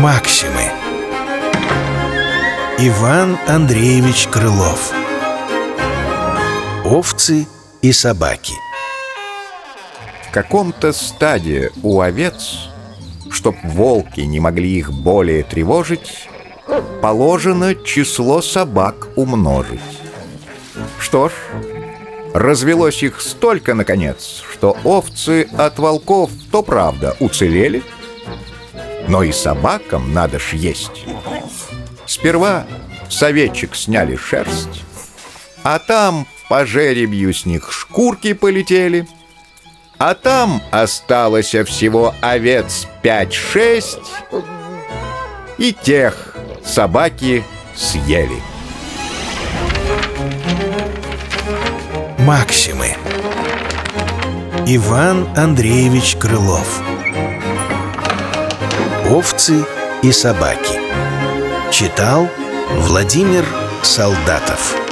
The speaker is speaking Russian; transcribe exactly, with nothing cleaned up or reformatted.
Максимы. Иван Андреевич Крылов. Овцы и собаки. В каком-то стаде у овец, чтоб волки не могли их более тревожить, положено число собак умножить. Что ж, развелось их столько, наконец, что овцы от волков, то правда, уцелели, но и собакам надо ж есть. Сперва с овечек сняли шерсть, а там по жеребью с них шкурки полетели, а там осталось всего овец пять-шесть, и тех собаки съели. Максимы. Иван Андреевич Крылов. Овцы и собаки. Читал Владимир Солдатов.